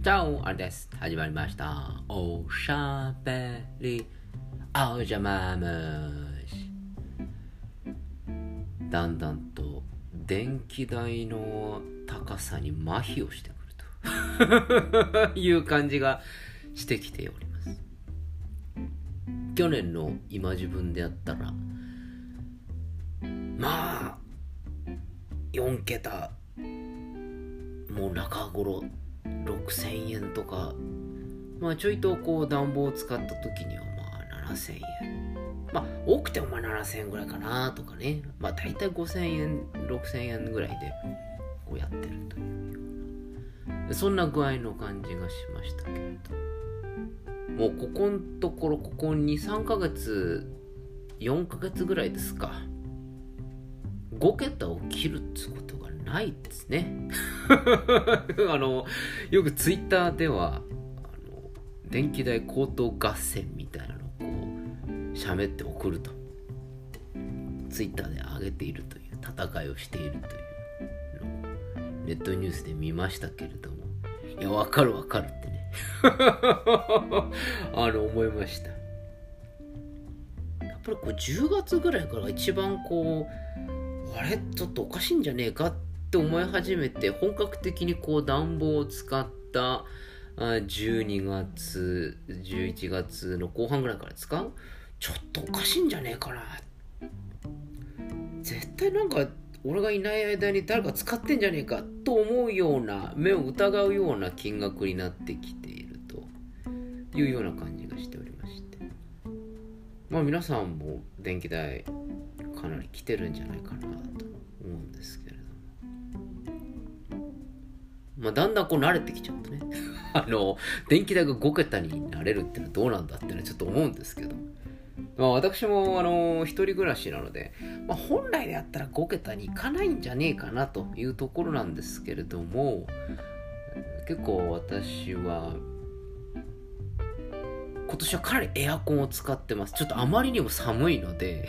チャオあれです。始まりました。おしゃべりおじゃま虫。だんだんと電気代の高さに麻痺をしてくるという感じがしてきております。去年の今自分でやったらまあ4桁もう中頃6000円とか、ちょいとこう暖房を使った時には7000円、多くても7000円ぐらいかなとかね、大体5000円6000円ぐらいでこうやってるというような、そんな具合の感じがしましたけれど、もうここのところここ 2,3 ヶ月4ヶ月ぐらいですか、5桁を切るってことがないですねよくツイッターでは電気代高騰合戦みたいなのをこう喋って送るとツイッターで上げているという戦いをしているというのをネットニュースで見ましたけれども、いやわかるってね思いました。やっぱりこう10月ぐらいから一番こうあれちょっとおかしいんじゃねえかって思い始めて、本格的にこう暖房を使った12月11月の後半ぐらいから使う、ちょっとおかしいんじゃねえかな、絶対なんか俺がいない間に誰か使ってんじゃねえかと思うような、目を疑うような金額になってきているというような感じがしておりまして、皆さんも電気代かなり来てるんじゃないかなと思うんですけれども、だんだんこう慣れてきちゃうとね電気代が5桁になれるってのはどうなんだってのはちょっと思うんですけど、私も一人暮らしなので、本来であったら5桁にいかないんじゃねえかなというところなんですけれども、結構私は今年はかなりエアコンを使ってます。ちょっとあまりにも寒いので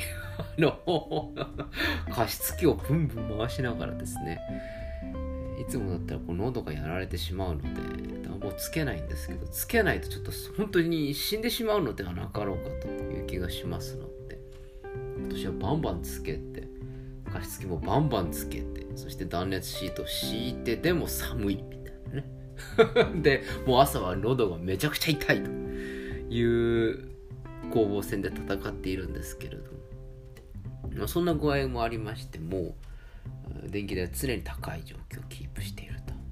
加湿器をブンブン回しながらですね、いつもだったらこう喉がやられてしまうので暖房つけないんですけど、つけないとちょっと本当に死んでしまうのではなかろうかという気がしますので、今年はバンバンつけて、加湿器もバンバンつけて、そして断熱シートを敷いてでも寒いみたいなねでもう朝は喉がめちゃくちゃ痛いという攻防戦で戦っているんですけれども、そんな具合もありまして、もう電気代は常に高い状況をキープしている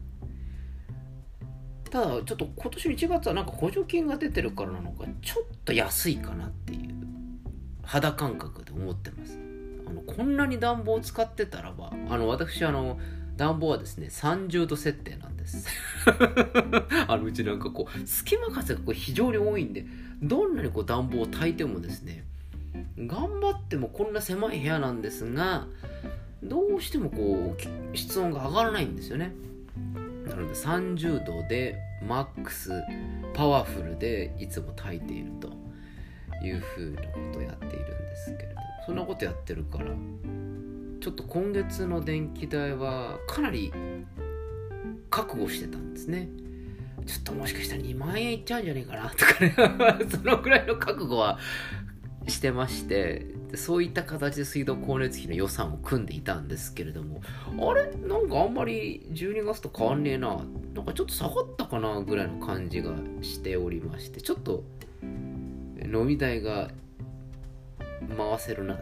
と。ただちょっと今年の1月はなんか補助金が出てるからなのかちょっと安いかなっていう肌感覚で思ってます。こんなに暖房を使ってたらば、私暖房はですね30度設定なんですうちなんかこう隙間風がこう非常に多いんで、どんなにこう暖房を焚いてもですね、頑張ってもこんな狭い部屋なんですが、どうしてもこう室温が上がらないんですよね。なので30度でマックスパワフルでいつも焚いているという風なことをやっているんですけれど、そんなことやってるからちょっと今月の電気代はかなり覚悟してたんですね。ちょっともしかしたら2万円いっちゃうんじゃねえかなとかねそのくらいの覚悟はしてまして、そういった形で水道光熱費の予算を組んでいたんですけれども、あれなんかあんまり12月と変わんねえな、なんかちょっと下がったかなぐらいの感じがしておりまして、ちょっと飲み代が回せるなと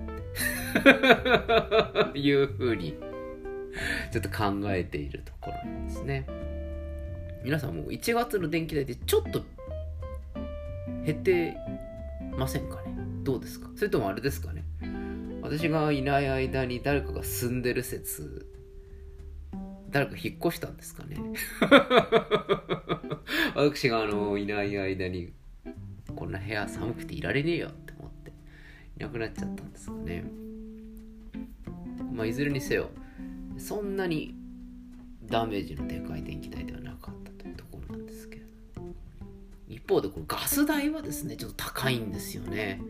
かいう風にちょっと考えているところなんですね。皆さんもう1月の電気代でちょっと減ってませんかね。どうですか。それともあれですかね、私がいない間に誰かが住んでる説、誰か引っ越したんですかね私がいない間にこんな部屋寒くていられねえよって思っていなくなっちゃったんですかね。いずれにせよそんなにダメージのでかい電気代ではなかったというところなんですけれど、一方でこれガス代はですねちょっと高いんですよね。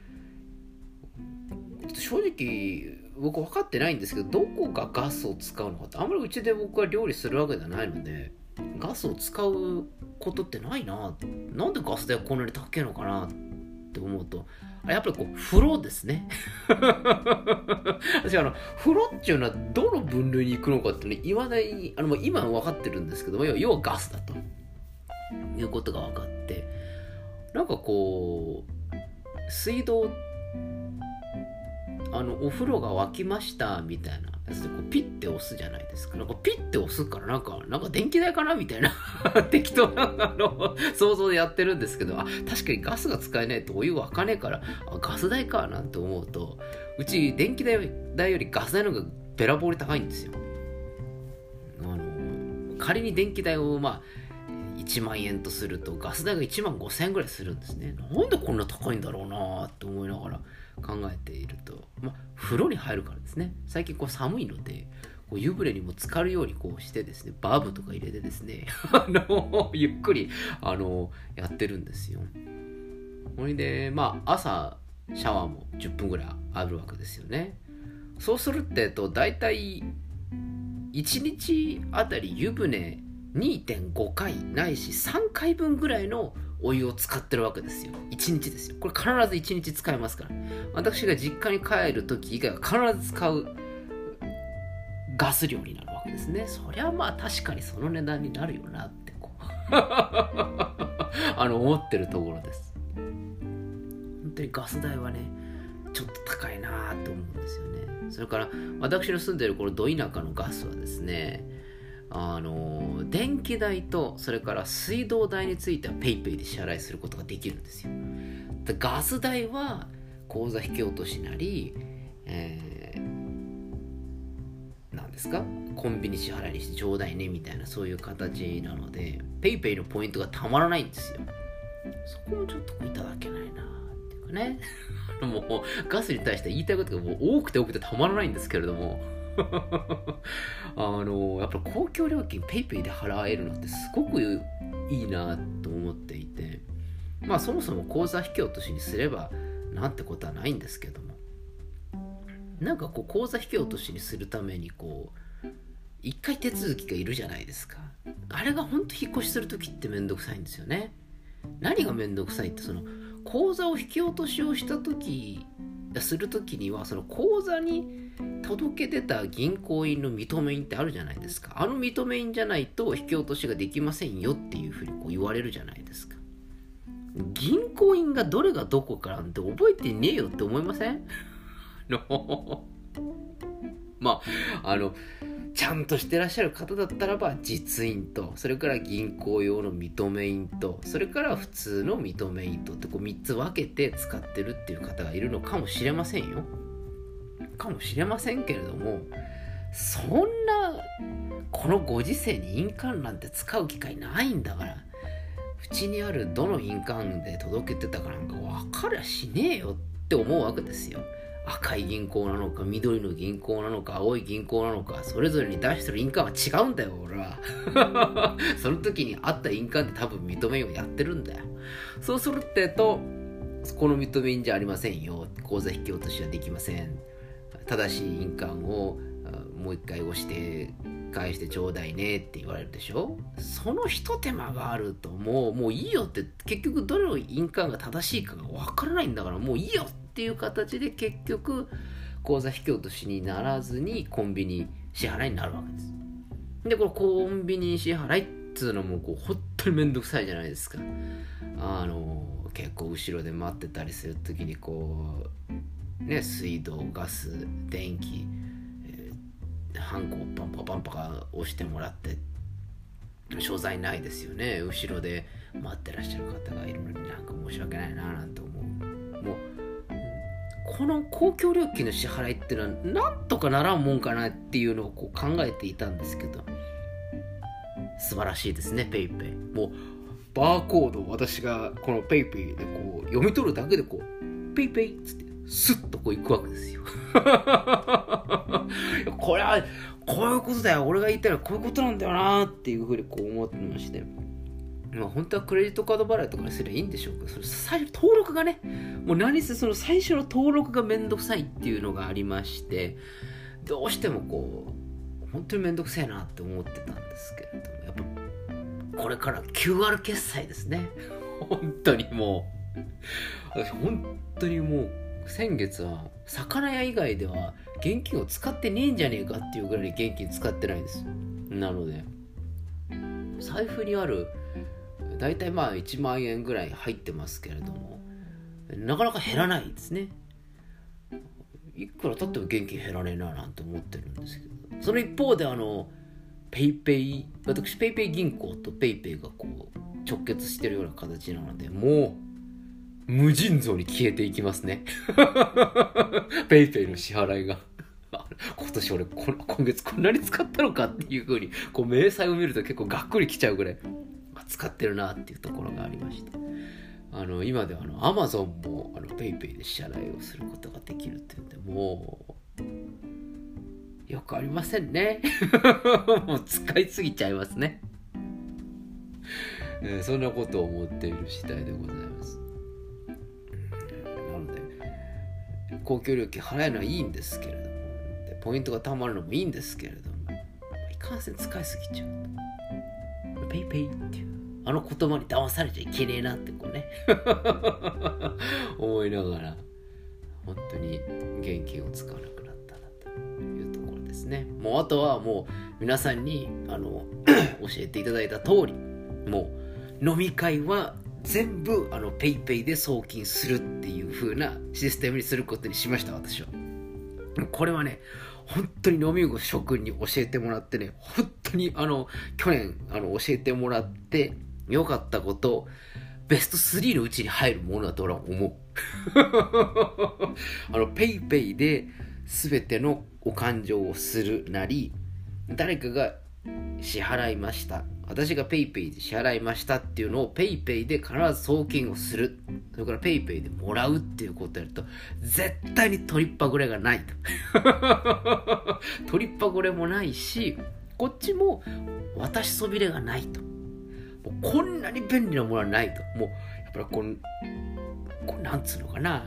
正直僕分かってないんですけど、どこがガスを使うのかって、あんまりうちで僕は料理するわけではないのでガスを使うことってないな、なんでガス代こんなに高いのかなって思うと、やっぱりこう風呂ですね。私風呂っていうのはどの分類に行くのかっていうの言わない、今は分かってるんですけども、要はガスだということが分かって、なんかこう水道お風呂が沸きましたみたいなやつでこうピッて押すじゃないですか。なんかピッて押すからなんか電気代かなみたいな適当な想像でやってるんですけど、確かにガスが使えないとお湯沸かねえから、ガス代かなんて思うと、うち電気代よりガス代の方がべらぼうに高いんですよ。仮に電気代を1万円とするとガス代が1万5,000円ぐらいするんですね。なんでこんな高いんだろうなって思いながら考えていると、風呂に入るからですね。最近寒いので湯船にも浸かるようにしてですね、バーブとか入れてですねゆっくりやってるんですよ。それで朝シャワーも10分ぐらいあるわけですよね。そうするってだいたい1日あたり湯船2.5 回ないし3回分ぐらいのお湯を使ってるわけですよ。1日ですよ。これ必ず1日使いますから。私が実家に帰る時以外は必ず使うガス量になるわけですね。そりゃ確かにその値段になるよなって思ってるところです。本当にガス代はねちょっと高いなと思うんですよね。それから私の住んでるこのど田舎のガスはですね、電気代とそれから水道代については PayPay で支払いすることができるんですよ。でガス代は口座引き落としなり、なんですか、コンビニ支払いにしてちょうだいねみたいな、そういう形なので PayPay のポイントがたまらないんですよ。そこもちょっといただけないなっていうかねもうガスに対して言いたいことがもう多くてたまらないんですけれどもやっぱり公共料金 PayPay で払えるのってすごくいいなと思っていて、そもそも口座引き落としにすればなんてことはないんですけども、なんか口座引き落としにするために一回手続きがいるじゃないですか。あれが本当引っ越しするときってめんどくさいんですよね。何がめんどくさいって、口座を引き落としをしたときするときには、その口座に届け出た銀行員の認め印ってあるじゃないですか。あの認め印じゃないと引き落としができませんよっていうふうに言われるじゃないですか。銀行員がどれがどこかなんて覚えてねえよって思いません？ちゃんとしてらっしゃる方だったらば実印と、それから銀行用の認め印と、それから普通の認め印とって3つ分けて使ってるっていう方がいるのかもしれませんよ。かもしれませんけれども、そんなこのご時世に印鑑なんて使う機会ないんだから、うちにあるどの印鑑で届けてたかなんか分かりゃしねえよって思うわけですよ。赤い銀行なのか緑の銀行なのか青い銀行なのか、それぞれに出してる印鑑は違うんだよ俺はその時にあった印鑑で多分認めをやってるんだよ。そうするってこの認め印じゃありませんよ、口座引き落としはできません、正しい印鑑をもう一回押して返してちょうだいねって言われるでしょ。その一手間があるともういいよって、結局どの印鑑が正しいかが分からないんだからもういいよっていう形で結局口座引き落としにならずにコンビニ支払いになるわけです。でこのコンビニ支払いっつうのも本当にめんどくさいじゃないですか。結構後ろで待ってたりするときに水道ガス電気ハンコをパンパ押してもらって所在ないですよね。後ろで待ってらっしゃる方がいるのになんか申し訳ないななんて思う。もうこの公共料金の支払いっていうのはなんとかならんもんかなっていうのを考えていたんですけど、素晴らしいですね PayPay。 もうバーコードを私がこの PayPay で読み取るだけでPayPay っつってスッと行くわけですよこれはこういうことだよ、俺が言ったらこういうことなんだよなっていうふうに思ってまして、本当はクレジットカード払いとかにすればいいんでしょうけど、それ最初登録がね、もう何せその最初の登録がめんどくさいっていうのがありまして、どうしても本当にめんどくさいなって思ってたんですけれども、やっぱこれから QR 決済ですね。本当にもう私本当にもう先月は魚屋以外では現金を使ってねえんじゃねえかっていうぐらい現金使ってないんです。なので財布にあるだいたいまあ1万円ぐらい入ってますけれども、なかなか減らないですね。いくら経っても現金減らねえななんて思ってるんですけど、その一方でペイペイ、私ペイペイ銀行とペイペイがこう直結してるような形なので、もう無尽蔵に消えていきますね。ペイペイの支払いが今年俺今月こんなに使ったのかっていう風にこう明細を見ると結構がっくりきちゃうぐらい使ってるなっていうところがありまして、今ではAmazon もペイペイで支払いをすることができるっていうんで、もうよくありませんね。もう使いすぎちゃいますね。そんなことを思っている次第でございます。なので公共料金払えるのはいいんですけれども、でポイントが貯まるのもいいんですけれども、いかんせん使いすぎちゃうとペイペイっていう言葉に騙されちゃいけねえなってこうね思いながら本当に現金を使わなくなったなというところですね。もうあとはもう皆さんに教えていただいた通り、もう飲み会は全部ペイペイで送金するっていう風なシステムにすることにしました。私はこれはね本当に飲み子諸君に教えてもらってね、本当に去年教えてもらって良かったこと、ベスト3のうちに入るものだと俺は思う。ペイペイで全てのお勘定をするなり、誰かが支払いました、私がペイペイで支払いましたっていうのをペイペイで必ず送金をする、それからペイペイでもらうっていうことをやると絶対に取りっぱぐれがないと取りっぱぐれもないし、こっちも渡しそびれがないと、もうこんなに便利なものはないと。もうやっぱりこうなんつうのかな、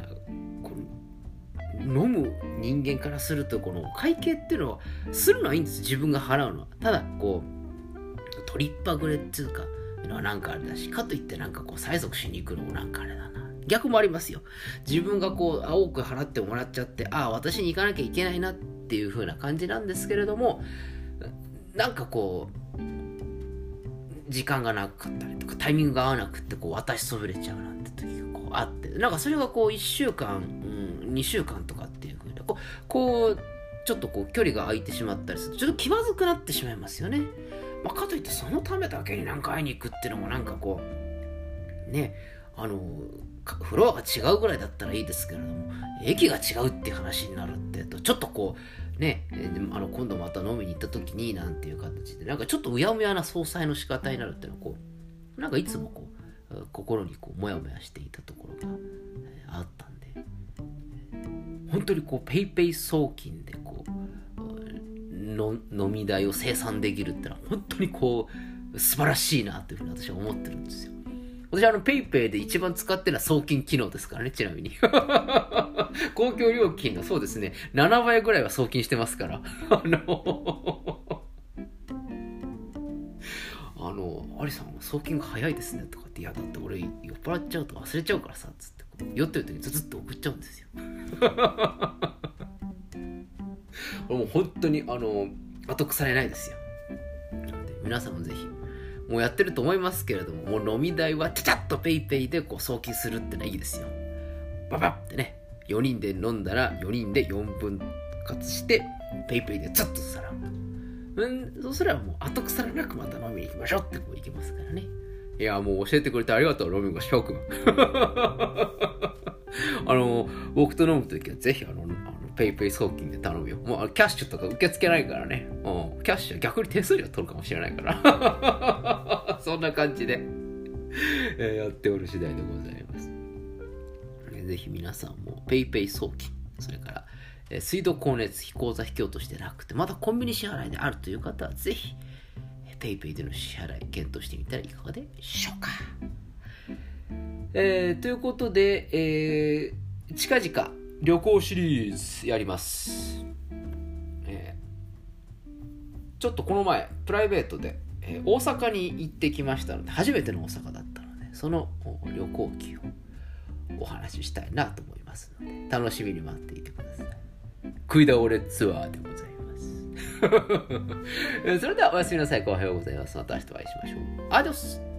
飲む人間からするとこの会計っていうのはするのはいいんです、自分が払うのは。ただこう取りっぱぐれっていうかなんかあれだし、かといってなんかこう催促しに行くのもなんかあれだな。逆もありますよ。自分がこう多く払ってもらっちゃって、私に行かなきゃいけないなっていう風な感じなんですけれども、なんかこう時間がなかったりとかタイミングが合わなくってこう渡しそびれちゃうなんて時がこうあって、なんかそれがこう1週間、2週間とかっていう風にこうちょっとこう距離が空いてしまったりするとちょっと気まずくなってしまいますよね。かといってそのためだけになんか会いに行くっていうのもなんかこうね、フロアが違うぐらいだったらいいですけれども、駅が違うっていう話になるってとちょっとこうね、今度また飲みに行った時になんていう形でなんかちょっとうやむやな総裁の仕方になるっていうのはこうなんかいつもこう心にこうモヤモヤしていたところがあったんで、本当にこうペイペイ送金でこう飲み代を生産できるってのは本当にこう素晴らしいなというふうに私は思ってるんですよ。私ペイペイで一番使ってるのは送金機能ですからね、ちなみに公共料金のそうですね7倍ぐらいは送金してますからアリさん送金が早いですねとかって、いやだって俺酔っ払っちゃうと忘れちゃうからさつって酔ってる時にずっと送っちゃうんですよ俺もう本当に後腐れないですよ。なので皆さんもぜひもうやってると思いますけれども、もう飲み代はちゃちゃっとペイペイでこう送金するってのはいいですよ。ババってね、4人で飲んだら4人で4分割してペイペイでずっと皿そうすればもう後腐れなくまた飲みに行きましょうってこう行けますからね。いやもう教えてくれてありがとうロミンゴ翔くん僕と飲むときはぜひペイペイ送金で頼むよ。もうキャッシュとか受け付けないからね。キャッシュは逆に手数料取るかもしれないからそんな感じでやっておる次第でございます。ぜひ皆さんもペイペイ送金、それから水道光熱費口座引き落としてなくてまだコンビニ支払いであるという方はぜひペイペイでの支払い検討してみたらいかがでしょうか。ということで、近々旅行シリーズやります、ちょっとこの前プライベートで、 大阪に行ってきましたので、初めての大阪だったので、その旅行記をお話ししたいなと思いますので、楽しみに待っていてください。食い倒れツアーでございますそれではおやすみなさい。おはようございます。また明日お会いしましょう。アディオス。